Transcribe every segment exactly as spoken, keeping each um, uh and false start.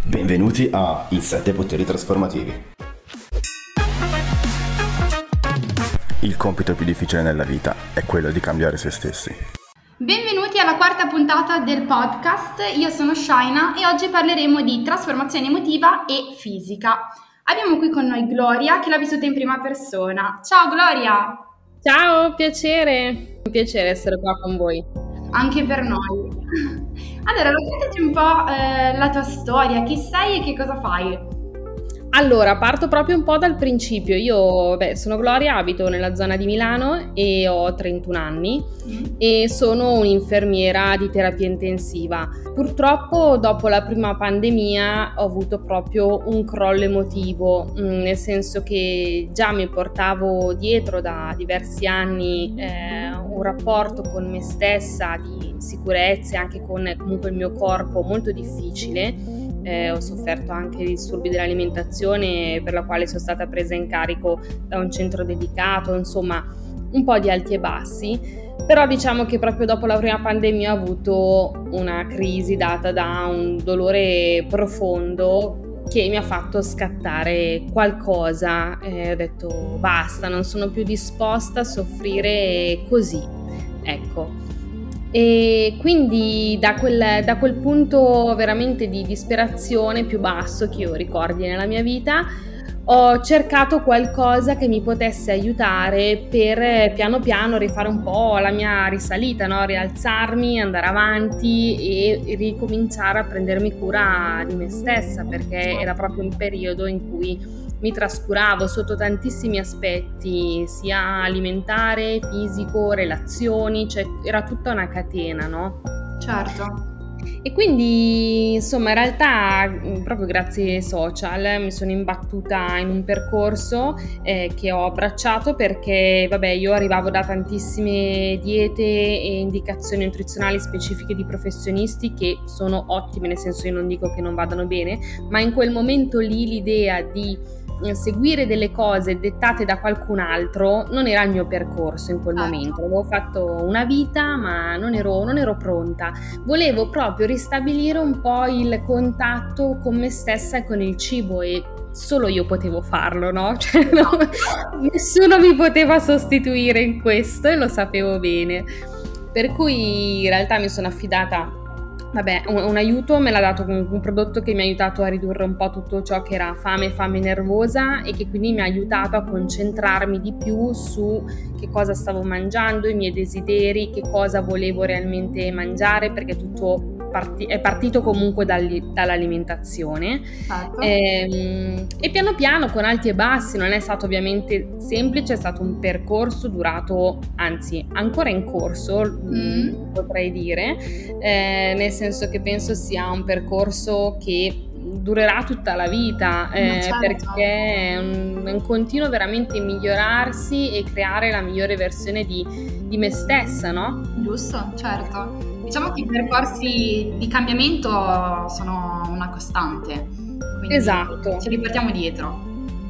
Benvenuti a I sette poteri trasformativi. Il compito più difficile nella vita è quello di cambiare se stessi. Benvenuti alla quarta puntata del podcast, io sono Shaina e oggi parleremo di trasformazione emotiva e fisica. Abbiamo qui con noi Gloria che l'ha vissuta in prima persona. Ciao Gloria! Ciao, piacere! Un piacere essere qua con voi. Anche per noi. Allora, raccontaci un po' eh, la tua storia, chi sei e che cosa fai? Allora, parto proprio un po' dal principio. Io, beh, sono Gloria, abito nella zona di Milano e ho trentuno anni Mm. e sono un'infermiera di terapia intensiva. Purtroppo dopo la prima pandemia ho avuto proprio un crollo emotivo, mm, nel senso che già mi portavo dietro da diversi anni eh, un rapporto con me stessa di insicurezze, anche con comunque il mio corpo molto difficile. Eh, ho sofferto anche disturbi dell'alimentazione per la quale sono stata presa in carico da un centro dedicato, insomma un po' di alti e bassi, però diciamo che proprio dopo la prima pandemia ho avuto una crisi data da un dolore profondo che mi ha fatto scattare qualcosa e ho detto basta, non sono più disposta a soffrire così, ecco. E quindi da quel, da quel punto veramente di disperazione più basso che io ricordi nella mia vita, ho cercato qualcosa che mi potesse aiutare per piano piano rifare un po' la mia risalita, no? Rialzarmi, andare avanti e ricominciare a prendermi cura di me stessa, perché era proprio un periodo in cui mi trascuravo sotto tantissimi aspetti, sia alimentare, fisico, relazioni, cioè era tutta una catena, no? Certo. E quindi, insomma, in realtà, proprio grazie ai social, mi sono imbattuta in un percorso eh, che ho abbracciato perché, vabbè, io arrivavo da tantissime diete e indicazioni nutrizionali specifiche di professionisti che sono ottime, nel senso io non dico che non vadano bene, ma in quel momento lì l'idea di seguire delle cose dettate da qualcun altro non era il mio percorso in quel Certo. momento. Avevo fatto una vita ma non ero, non ero pronta, volevo proprio ristabilire un po' il contatto con me stessa e con il cibo e solo io potevo farlo, no? Cioè, no, nessuno mi poteva sostituire in questo e lo sapevo bene, per cui in realtà mi sono affidata. Vabbè, un, un aiuto me l'ha dato un, un prodotto che mi ha aiutato a ridurre un po' tutto ciò che era fame, fame nervosa e che quindi mi ha aiutato a concentrarmi di più su che cosa stavo mangiando, i miei desideri, che cosa volevo realmente mangiare, perché tutto parti- è partito comunque dal- dall'alimentazione. Certo. Ehm, E, piano piano, con alti e bassi, non è stato ovviamente semplice, è stato un percorso durato, anzi ancora in corso, Mm. potrei dire, eh, nel senso che penso sia un percorso che durerà tutta la vita, eh, certo. perché è un, è un continuo veramente migliorarsi e creare la migliore versione di, di me stessa, no? Giusto, certo. Diciamo che i percorsi di cambiamento sono una costante, quindi Esatto. ci riportiamo dietro.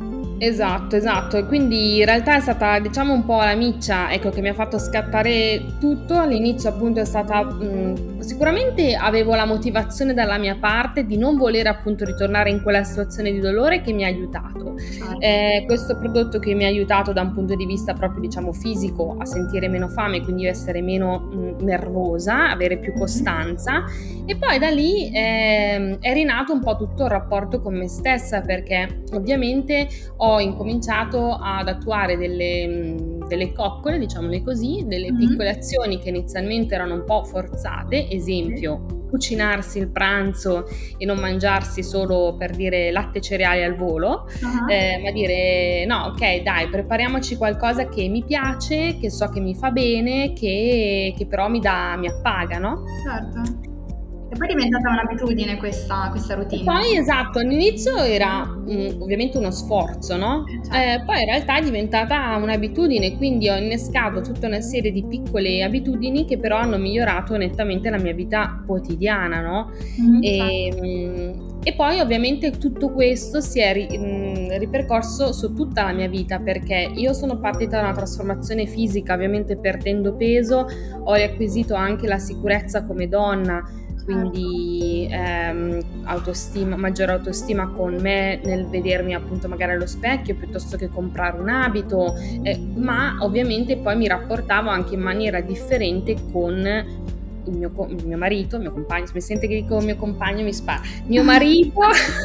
Esatto, esatto, e quindi in realtà è stata, diciamo, un po' la miccia, ecco, che mi ha fatto scattare tutto. All'inizio appunto è stata, mh, sicuramente avevo la motivazione dalla mia parte di non volere appunto ritornare in quella situazione di dolore che mi ha aiutato. Certo. Eh, questo prodotto che mi ha aiutato da un punto di vista proprio, diciamo, fisico a sentire meno fame, quindi essere meno mh, nervosa, avere più costanza, e poi da lì ehm, è rinato un po' tutto il rapporto con me stessa, perché ovviamente ho ho incominciato ad attuare delle, delle coccole, diciamole così, delle Mhm. piccole azioni che inizialmente erano un po' forzate, esempio cucinarsi il pranzo e non mangiarsi solo, per dire, latte e cereali al volo, Ah. eh, ma dire no, ok, dai, prepariamoci qualcosa che mi piace, che so che mi fa bene, che, che però mi dà, mi appaga, no? Certo. E poi è diventata un'abitudine questa, questa E routine. poi esatto, all'inizio era mm, ovviamente uno sforzo, no? Eh, certo. Eh, poi in realtà è diventata un'abitudine, quindi ho innescato tutta una serie di piccole abitudini che però hanno migliorato nettamente la mia vita quotidiana, no? Mhm, E, certo. mm, e poi ovviamente tutto questo si è ri- mm, ripercorso su tutta la mia vita, perché io sono partita da una trasformazione fisica, ovviamente perdendo peso, ho riacquisito anche la sicurezza come donna. Quindi eh, ehm, autostima, maggiore autostima con me nel vedermi appunto magari allo specchio piuttosto che comprare un abito, eh, ma ovviamente poi mi rapportavo anche in maniera differente con il mio, co- il mio marito, il mio compagno. Se mi sente che dico mio compagno mi spara, mio marito,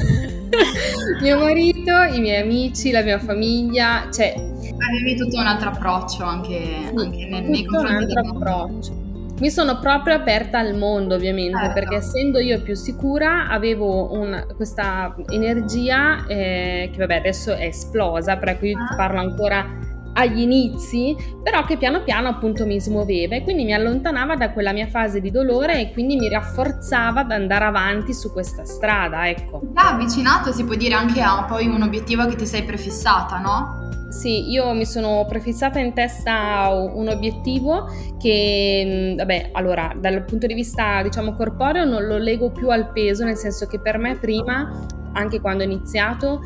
mio marito, i miei amici, la mia famiglia, cioè avevi tutto un altro approccio anche, sì, anche nel, nei tutto un confronti altro del mondo. approccio. Mi sono proprio aperta al mondo, ovviamente, Certo. perché essendo io più sicura avevo un- questa energia eh, che vabbè adesso è esplosa, però ecco io ti Ah. parlo ancora agli inizi, però che piano piano appunto mi smuoveva e quindi mi allontanava da quella mia fase di dolore e quindi mi rafforzava ad andare avanti su questa strada, ecco. Ti ha avvicinato, si può dire, anche a poi un obiettivo che ti sei prefissata, no? Sì, io mi sono prefissata in testa un obiettivo che, mh, vabbè, allora, dal punto di vista, diciamo, corporeo non lo lego più al peso, nel senso che per me prima, anche quando ho iniziato,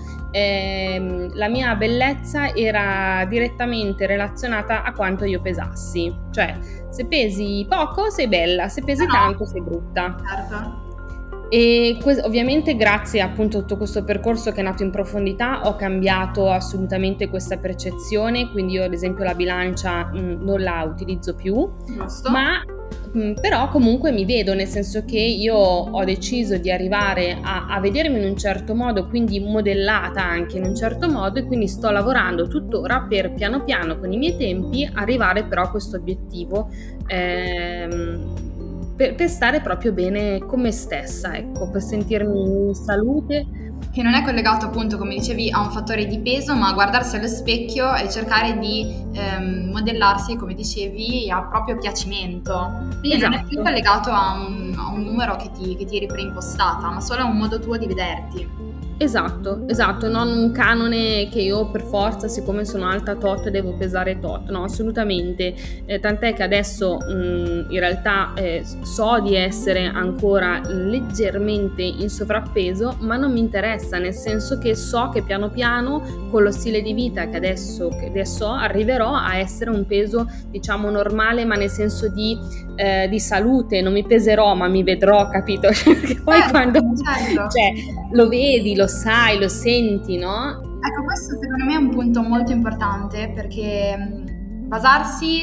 ehm, la mia bellezza era direttamente relazionata a quanto io pesassi. Cioè, se pesi poco sei bella, se pesi No. tanto sei brutta. Certo. E que- ovviamente grazie appunto a tutto questo percorso che è nato in profondità ho cambiato assolutamente questa percezione, quindi io ad esempio la bilancia mh, non la utilizzo più, Giusto. ma mh, però comunque mi vedo, nel senso che io ho deciso di arrivare a, a vedermi in un certo modo, quindi modellata anche in un certo modo, e quindi sto lavorando tuttora per piano piano con i miei tempi arrivare però a questo obiettivo, ehm, Per, per stare proprio bene con me stessa, ecco, per sentirmi in salute. Che non è collegato appunto, come dicevi, a un fattore di peso, ma a guardarsi allo specchio e cercare di ehm, modellarsi, come dicevi, a proprio piacimento. Quindi non è più Esatto. collegato a un, a un numero che ti, che ti eri preimpostata, ma solo a un modo tuo di vederti. Esatto, esatto, non un canone che io per forza, siccome sono alta tot, devo pesare tot, no, assolutamente, eh, tant'è che adesso mh, in realtà eh, so di essere ancora leggermente in sovrappeso, ma non mi interessa, nel senso che so che piano piano con lo stile di vita che adesso, che adesso ho, arriverò a essere un peso diciamo normale, ma nel senso di, eh, di salute, non mi peserò ma mi vedrò, capito? Perché poi Certo, quando certo. cioè, lo vedi, lo sai, lo senti, no? Ecco, questo secondo me è un punto molto importante, perché mh, basarsi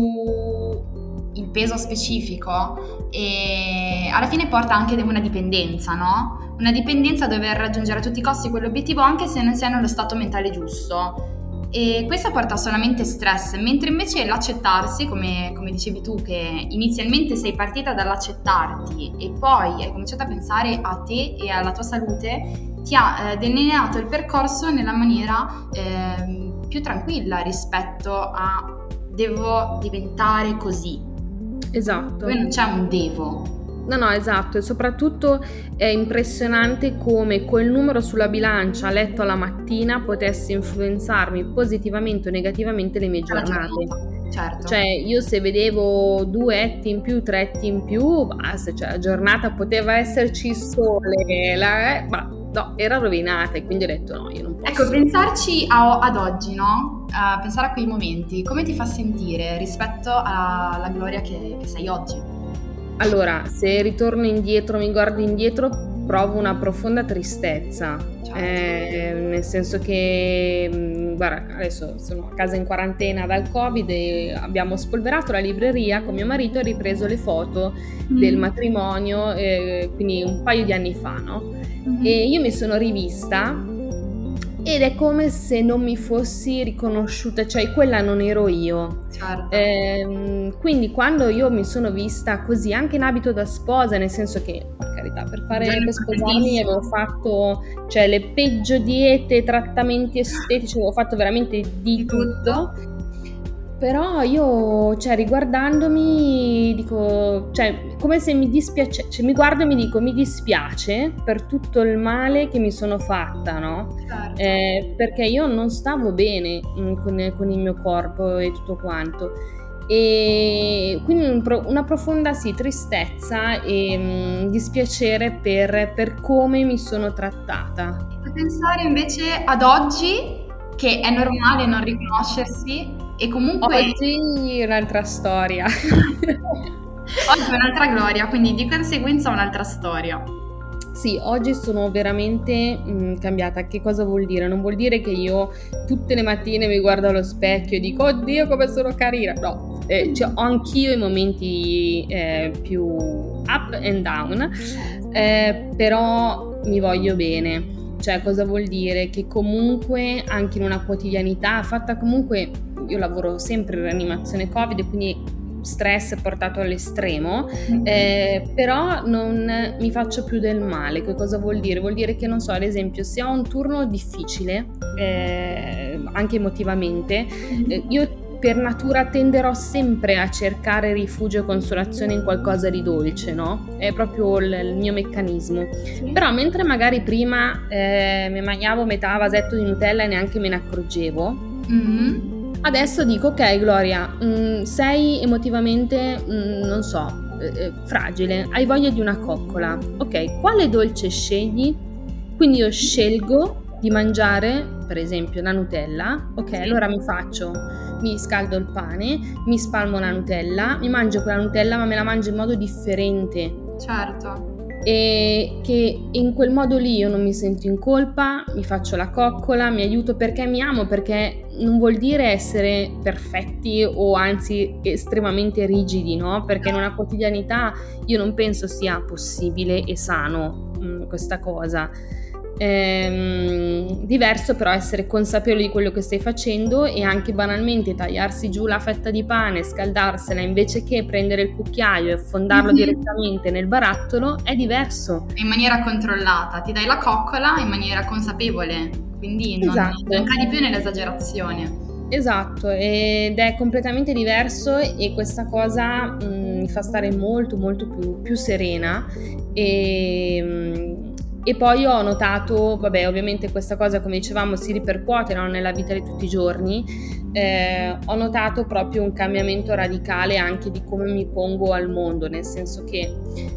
su il peso specifico e alla fine porta anche una dipendenza, no? Una dipendenza a dover raggiungere a tutti i costi quell'obiettivo anche se non sei nello stato mentale giusto. E questo porta solamente stress, mentre invece l'accettarsi, come, come dicevi tu, che inizialmente sei partita dall'accettarti e poi hai cominciato a pensare a te e alla tua salute, ti ha eh, delineato il percorso nella maniera eh, più tranquilla rispetto a devo diventare così. Esatto. Poi non c'è un devo. No, no, esatto, e soprattutto è impressionante come quel numero sulla bilancia letto alla mattina potesse influenzarmi positivamente o negativamente le mie giornate. Certo. Cioè, io se vedevo due etti in più, tre etti in più, basta, cioè la giornata poteva esserci il sole, la, eh, ma no, era rovinata e quindi ho detto no, io non posso. Ecco, pensarci a, ad oggi, no? A pensare a quei momenti, come ti fa sentire rispetto alla Gloria che, che sei oggi? Allora, se ritorno indietro, mi guardo indietro, provo una profonda tristezza, Certo. eh, nel senso che, mh, guarda, adesso sono a casa in quarantena dal Covid e abbiamo spolverato la libreria con mio marito e ripreso le foto Mm. del matrimonio, eh, quindi un paio di anni fa, no? Mhm. E io mi sono rivista ed è come se non mi fossi riconosciuta, cioè quella non ero io. Certo. Ehm, quindi quando io mi sono vista così, anche in abito da sposa, nel senso che, per carità, per fare Giorno per sposarmi bellissimo. avevo fatto, cioè, le peggio diete, trattamenti estetici, avevo fatto veramente di Di tutto. tutto. Però io, cioè, riguardandomi, dico, cioè, come se mi dispiace, cioè, mi guardo e mi dico, mi dispiace per tutto il male che mi sono fatta, no? Certo. Eh, perché io non stavo bene mh, con, con il mio corpo e tutto quanto. E quindi un pro- una profonda sì, tristezza e mh, dispiacere per, per come mi sono trattata. E pensare invece ad oggi, che è normale non riconoscersi e comunque Oggi è un'altra storia. oggi è un'altra Gloria, quindi di conseguenza un'altra storia. Sì, oggi sono veramente mh, cambiata. Che cosa vuol dire? Non vuol dire che io tutte le mattine mi guardo allo specchio e dico oddio come sono carina. No, eh, cioè, ho anch'io i momenti eh, più up and down, eh, però mi voglio bene. Cioè, cosa vuol dire? Che comunque anche in una quotidianità fatta comunque, io lavoro sempre in rianimazione Covid, quindi stress portato all'estremo, eh, però non mi faccio più del male. Che cosa vuol dire? Vuol dire che, non so, ad esempio, se ho un turno difficile, eh, anche emotivamente, eh, io per natura tenderò sempre a cercare rifugio e consolazione in qualcosa di dolce, no? È proprio il, il mio meccanismo. Sì. Però mentre magari prima eh, mi mangiavo metà vasetto di Nutella e neanche me ne accorgevo, mm-hmm. Adesso dico ok Gloria, mh, sei emotivamente, mh, non so, eh, fragile, hai voglia di una coccola, ok, quale dolce scegli? Quindi io scelgo di mangiare per esempio la Nutella, ok, allora mi faccio, mi scaldo il pane, mi spalmo la Nutella, mi mangio quella Nutella ma me la mangio in modo differente. Certo. E che in quel modo lì io non mi sento in colpa, mi faccio la coccola, mi aiuto perché mi amo, perché non vuol dire essere perfetti o anzi estremamente rigidi, no? Perché in una quotidianità io non penso sia possibile e sano mh, questa cosa. Ehm, diverso però essere consapevoli di quello che stai facendo e anche banalmente tagliarsi giù la fetta di pane, scaldarsela invece che prendere il cucchiaio e fondarlo mm-hmm. direttamente nel barattolo è diverso. In maniera controllata, ti dai la coccola in maniera consapevole, quindi non, esatto. non cadi più nell'esagerazione. Esatto, ed è completamente diverso e questa cosa mh, mi fa stare molto molto più, più serena e... Mh, E poi ho notato, vabbè, ovviamente questa cosa, come dicevamo, si ripercuote, no, nella vita di tutti i giorni. Eh, ho notato proprio un cambiamento radicale anche di come mi pongo al mondo, nel senso che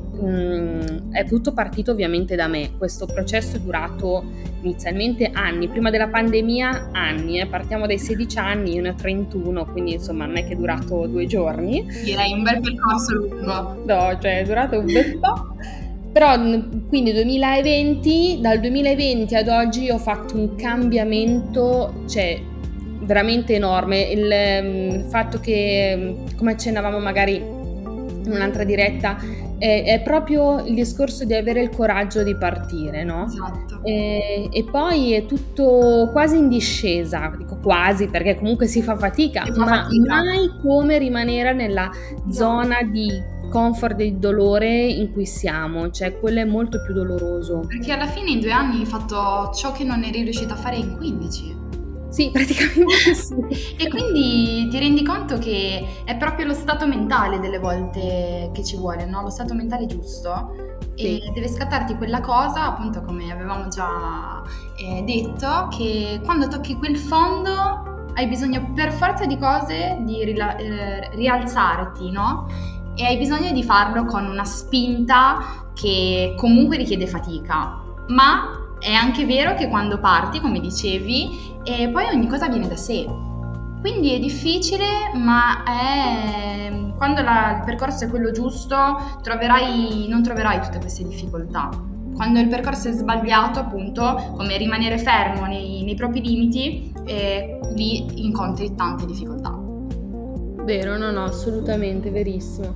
mh, è tutto partito ovviamente da me. Questo processo è durato inizialmente anni, prima della pandemia anni, eh. Partiamo dai sedici anni, io ne ho trentuno, quindi insomma non è che è durato due giorni. Direi un bel percorso lungo. No, cioè è durato un bel po'. Però quindi duemilaventi, dal duemilaventi ad oggi ho fatto un cambiamento, cioè veramente enorme. Il, il fatto che, come accennavamo magari in un'altra diretta, è, è proprio il discorso di avere il coraggio di partire, no? Esatto. E, e poi è tutto quasi in discesa, dico quasi perché comunque si fa fatica, si fa ma fatica. mai come rimanere nella esatto. zona di comfort del dolore in cui siamo, cioè quello è molto più doloroso. Perché alla fine in due anni hai fatto ciò che non eri riuscita a fare in quindici. Sì, praticamente sì. E quindi ti rendi conto che è proprio lo stato mentale delle volte che ci vuole, no? Lo stato mentale giusto. Sì. E deve scattarti quella cosa, appunto come avevamo già eh, detto, che quando tocchi quel fondo hai bisogno per forza di cose di rila- eh, rialzarti, no? E hai bisogno di farlo con una spinta che comunque richiede fatica, ma è anche vero che quando parti, come dicevi, e poi ogni cosa viene da sé. Quindi è difficile, ma è... quando la, il percorso è quello giusto, troverai, non troverai tutte queste difficoltà. Quando il percorso è sbagliato, appunto, come rimanere fermo nei, nei propri limiti, eh, lì incontri tante difficoltà. Vero, no, no, assolutamente, verissimo.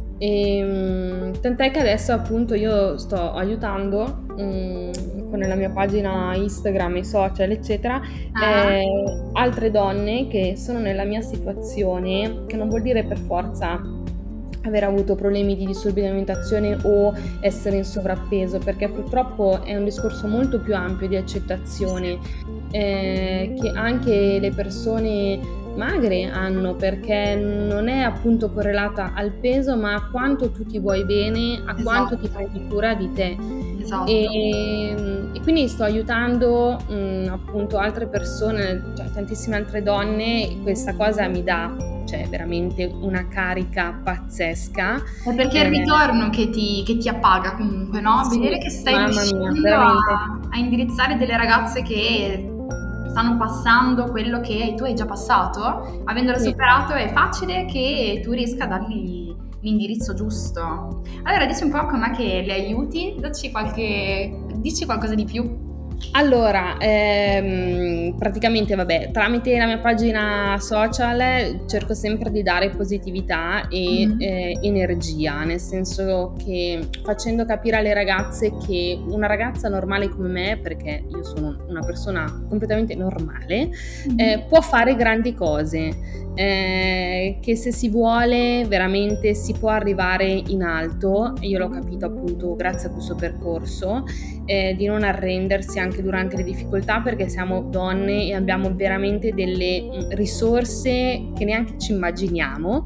E, tant'è che adesso appunto io sto aiutando mh, con la mia pagina Instagram, i social eccetera, ah. eh, altre donne che sono nella mia situazione, che non vuol dire per forza aver avuto problemi di disturbi di alimentazione o essere in sovrappeso, perché purtroppo è un discorso molto più ampio di accettazione eh, che anche le persone magre hanno, perché non è appunto correlata al peso ma a quanto tu ti vuoi bene, a esatto. quanto ti prendi cura di te. Esatto. E, e quindi sto aiutando mh, appunto altre persone, cioè tantissime altre donne, e questa cosa mi dà cioè veramente una carica pazzesca. È perché è il ritorno che ti, che ti appaga comunque, no? Sì, vedere che stai mamma riuscendo mia, a, a indirizzare delle ragazze che stanno passando quello che tu hai già passato, avendolo sì. superato, è facile che tu riesca a dargli l'indirizzo giusto. Allora dici un po' com'è che le aiuti, dacci qualche, dici qualcosa di più. Allora, ehm, praticamente vabbè, tramite la mia pagina social cerco sempre di dare positività e Mhm. eh, energia, nel senso che facendo capire alle ragazze che una ragazza normale come me, perché io sono una persona completamente normale, eh, può fare grandi cose, eh, che se si vuole veramente si può arrivare in alto. Io l'ho capito appunto grazie a questo percorso, eh, di non arrendersi anche durante le difficoltà, perché siamo donne e abbiamo veramente delle mh, risorse che neanche ci immaginiamo,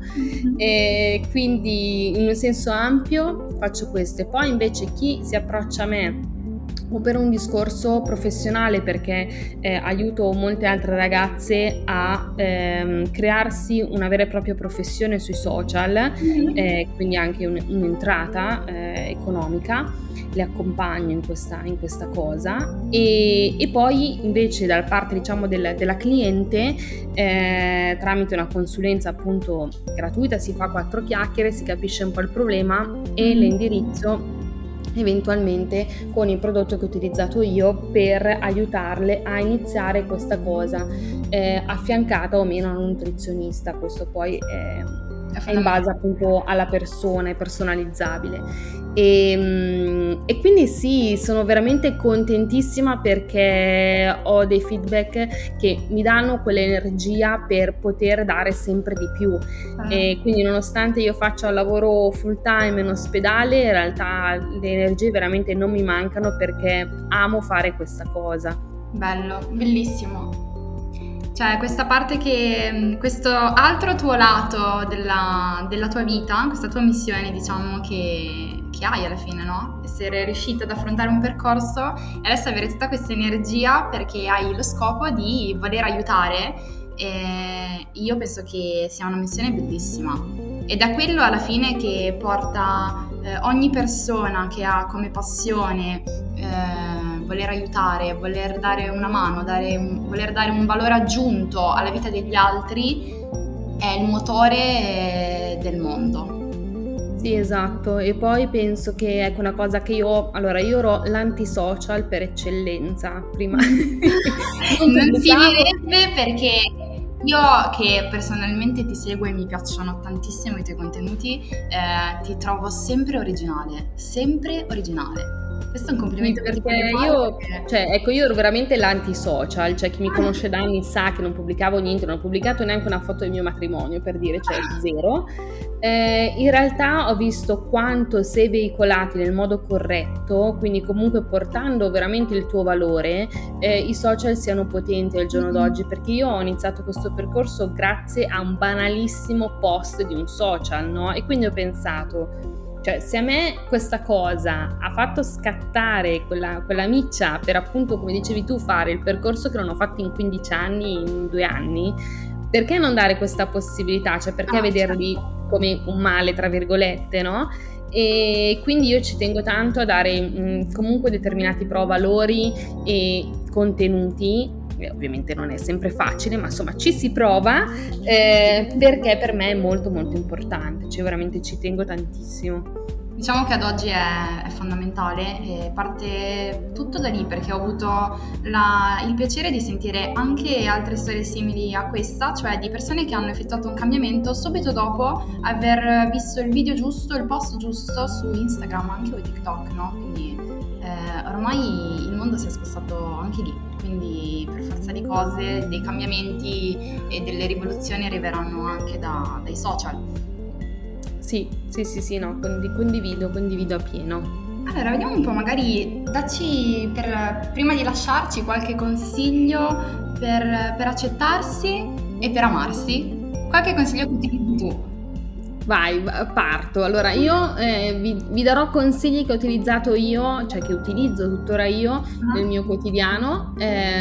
e quindi in un senso ampio faccio questo. E poi invece chi si approccia a me o per un discorso professionale, perché eh, aiuto molte altre ragazze a ehm, crearsi una vera e propria professione sui social, eh, quindi anche un, un'entrata eh, economica, le accompagno in questa, in questa cosa. E, e poi invece dalla parte diciamo del, della cliente, eh, tramite una consulenza appunto gratuita, si fa quattro chiacchiere, si capisce un po' il problema e le indirizzo eventualmente con il prodotto che ho utilizzato io per aiutarle a iniziare questa cosa, eh, affiancata o meno a un nutrizionista. Questo poi è, è in base appunto alla persona, è personalizzabile. E, e quindi sì, sono veramente contentissima perché ho dei feedback che mi danno quell'energia per poter dare sempre di più. E quindi nonostante io faccia un lavoro full time in ospedale, in realtà le energie veramente non mi mancano perché amo fare questa cosa. Bello, bellissimo. Cioè questa parte che, questo altro tuo lato della, della tua vita, questa tua missione diciamo che, che hai alla fine, no? Essere riuscita ad affrontare un percorso e adesso avere tutta questa energia perché hai lo scopo di voler aiutare, e io penso che sia una missione bellissima ed è quello alla fine che porta eh, ogni persona che ha come passione eh, voler aiutare, voler dare una mano, dare un, voler dare un valore aggiunto alla vita degli altri, è il motore del mondo. Sì, esatto. E poi penso che ecco una cosa che io, allora io ero l'antisocial per eccellenza prima. Non si direbbe, perché io che personalmente ti seguo e mi piacciono tantissimo i tuoi contenuti, eh, ti trovo sempre originale, sempre originale. Questo è un complimento per perché io, cioè, ecco, io ero veramente l'antisocial, cioè chi mi conosce da anni sa che non pubblicavo niente, non ho pubblicato neanche una foto del mio matrimonio, per dire, cioè zero. Eh, in realtà ho visto quanto se veicolati nel modo corretto, quindi comunque portando veramente il tuo valore, eh, i social siano potenti al giorno d'oggi, perché io ho iniziato questo percorso grazie a un banalissimo post di un social, no? E quindi ho pensato, cioè se a me questa cosa ha fatto scattare quella, quella miccia per appunto, come dicevi tu, fare il percorso che non ho fatto in quindici anni, in due anni, perché non dare questa possibilità? Cioè perché Ah, vederli come un male, tra virgolette, no? E quindi io ci tengo tanto a dare mh, comunque determinati pro valori e contenuti. Ovviamente non è sempre facile, ma insomma ci si prova, eh, perché per me è molto molto importante, cioè veramente ci tengo tantissimo. Diciamo che ad oggi è, è fondamentale e parte tutto da lì, perché ho avuto la, il piacere di sentire anche altre storie simili a questa, cioè di persone che hanno effettuato un cambiamento subito dopo aver visto il video giusto, il post giusto su Instagram anche o TikTok, no? Quindi eh, ormai il mondo si è spostato anche lì, quindi per forza di cose dei cambiamenti e delle rivoluzioni arriveranno anche da, dai social. Sì, sì, sì, sì, no, condivido, condivido appieno. Allora, vediamo un po', magari dacci, per, prima di lasciarci, qualche consiglio per, per accettarsi e per amarsi. Qualche consiglio che utilizzi tu? Vai, parto. Allora io eh, vi, vi darò consigli che ho utilizzato io, cioè che utilizzo tuttora io Ah. nel mio quotidiano,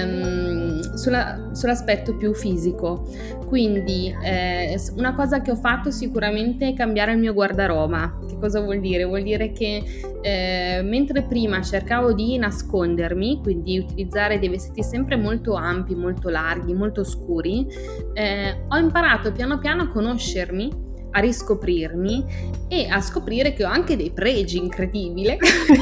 ehm, sulla- sull'aspetto più fisico. Quindi eh, s- una cosa che ho fatto sicuramente è cambiare il mio guardaroba. Che cosa vuol dire? Vuol dire che eh, mentre prima cercavo di nascondermi, quindi utilizzare dei vestiti sempre molto ampi, molto larghi, molto scuri, eh, ho imparato piano piano a conoscermi, a riscoprirmi e a scoprire che ho anche dei pregi incredibili.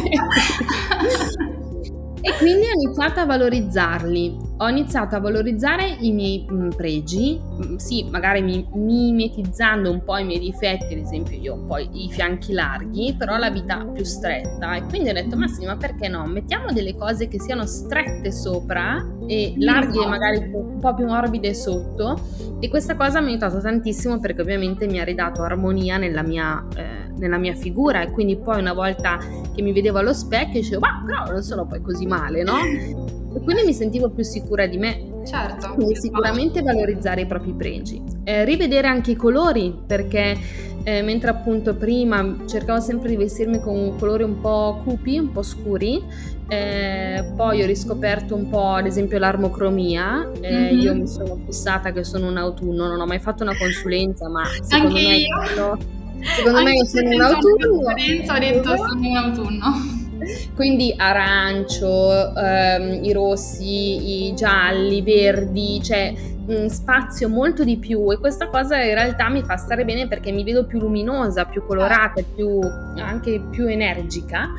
E quindi ho iniziato a valorizzarli, ho iniziato a valorizzare i miei mh, pregi, mh, sì, magari mi, mimetizzando un po' i miei difetti, ad esempio io ho un po' i fianchi larghi, però la vita più stretta, e quindi ho detto ma sì, ma perché no, mettiamo delle cose che siano strette sopra e larghe e magari un po' più morbide sotto, e questa cosa mi ha aiutato tantissimo perché ovviamente mi ha ridato armonia nella mia, eh, nella mia figura, e quindi poi una volta che mi vedevo allo specchio dicevo ma però non sono poi così male, no? E quindi mi sentivo più sicura di me. Certo. Quindi sicuramente valorizzare i propri pregi, eh, rivedere anche i colori, perché eh, mentre appunto prima cercavo sempre di vestirmi con colori un po' cupi, un po' scuri, eh, poi ho riscoperto un po' ad esempio l'armocromia, eh, mm-hmm. Io mi sono fissata che sono un autunno, non ho mai fatto una consulenza, ma secondo anche me io. Sono, secondo anche me sono un autunno. Ho detto sono un autunno. Quindi arancio, ehm, i rossi, i gialli, i verdi, cioè mh, spazio molto di più, e questa cosa in realtà mi fa stare bene perché mi vedo più luminosa, più colorata, più, anche più energica.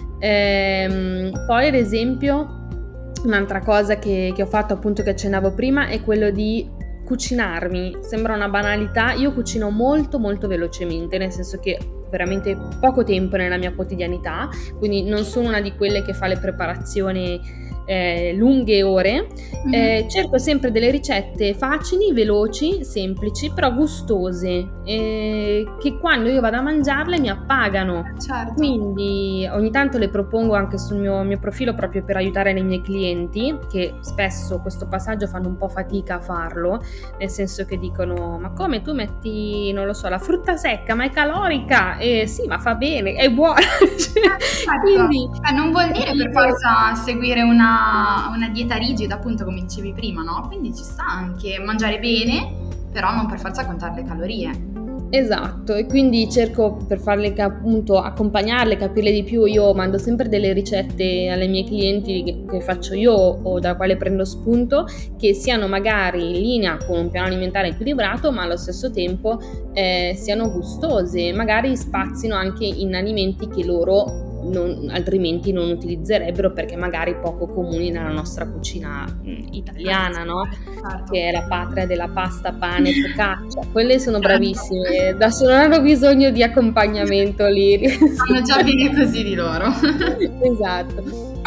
Ehm, poi ad esempio un'altra cosa che, che ho fatto, appunto, che accennavo prima, è quello di cucinarmi. Sembra una banalità, io cucino molto molto velocemente, nel senso che veramente poco tempo nella mia quotidianità, quindi non sono una di quelle che fa le preparazioni eh, lunghe ore, mm-hmm. eh, cerco sempre delle ricette facili, veloci, semplici, però gustose, eh, che quando io vado a mangiarle mi appagano. Certo. Quindi ogni tanto le propongo anche sul mio, mio profilo, proprio per aiutare i miei clienti, che spesso questo passaggio fanno un po' fatica a farlo, nel senso che dicono ma come, tu metti, non lo so, la frutta secca, ma è calorica, e sì, ma fa bene, è buona. Certo. Quindi eh, non vuol dire per forza seguire una, una dieta rigida, appunto, come dicevi prima, no? Quindi ci sta anche mangiare bene, però non per forza contare le calorie. Esatto, e quindi cerco, per farle appunto accompagnarle, capirle di più, io mando sempre delle ricette alle mie clienti che, che faccio io o da quale prendo spunto, che siano magari in linea con un piano alimentare equilibrato, ma allo stesso tempo eh, siano gustose, magari spazino anche in alimenti che loro non, altrimenti non utilizzerebbero, perché magari poco comuni nella nostra cucina mh, italiana, no? Certo. Che è la patria della pasta, pane, focaccia. Quelle sono bravissime, da solo non hanno bisogno di accompagnamento lì. Fanno già bene così di loro. Esatto.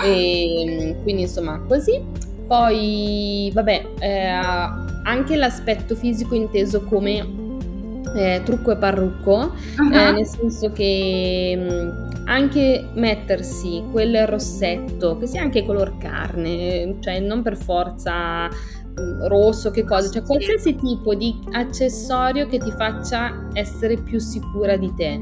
E quindi insomma così. Poi vabbè, eh, anche l'aspetto fisico inteso come Eh, trucco e parrucco, uh-huh. eh, nel senso che mh, anche mettersi quel rossetto, che sia anche color carne, cioè non per forza mh, rosso, che cosa, cioè qualsiasi tipo di accessorio che ti faccia essere più sicura di te.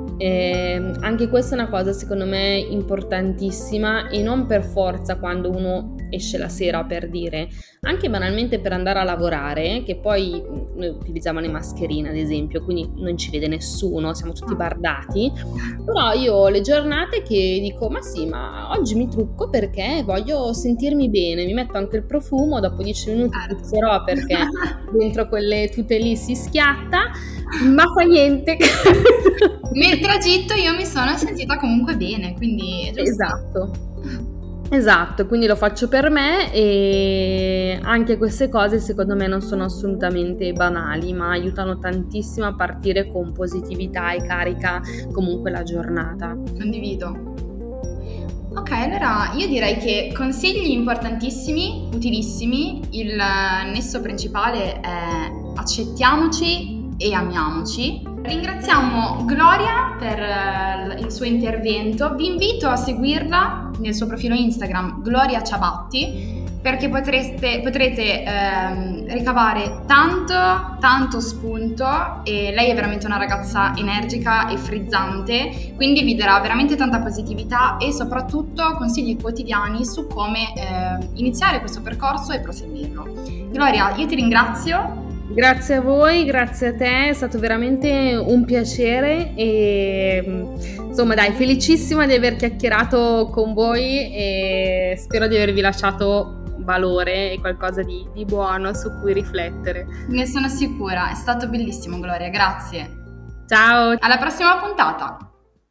Eh, anche questa è una cosa secondo me importantissima, e non per forza quando uno esce la sera, per dire, anche banalmente per andare a lavorare, che poi noi utilizziamo le mascherine ad esempio, quindi non ci vede nessuno, siamo tutti bardati, però io ho le giornate che dico ma sì, ma oggi mi trucco perché voglio sentirmi bene, mi metto anche il profumo, dopo dieci minuti puzzerò perché dentro quelle tute lì si schiatta, ma fa niente. Nel tragitto io mi sono sentita comunque bene, quindi esatto. Esatto, quindi lo faccio per me, e anche queste cose secondo me non sono assolutamente banali, ma aiutano tantissimo a partire con positività e carica comunque la giornata. Condivido. Ok, allora io direi che consigli importantissimi, utilissimi. Il nesso principale è accettiamoci e amiamoci. Ringraziamo Gloria per il suo intervento, vi invito a seguirla nel suo profilo Instagram Gloria Ciabatti, perché potreste, potrete ehm, ricavare tanto tanto spunto, e lei è veramente una ragazza energica e frizzante, quindi vi darà veramente tanta positività e soprattutto consigli quotidiani su come eh, iniziare questo percorso e proseguirlo. Gloria, io ti ringrazio. Grazie a voi, grazie a te, è stato veramente un piacere, e insomma dai, felicissima di aver chiacchierato con voi, e spero di avervi lasciato valore e qualcosa di, di buono su cui riflettere. Ne sono sicura, è stato bellissimo Gloria, grazie. Ciao! Alla prossima puntata!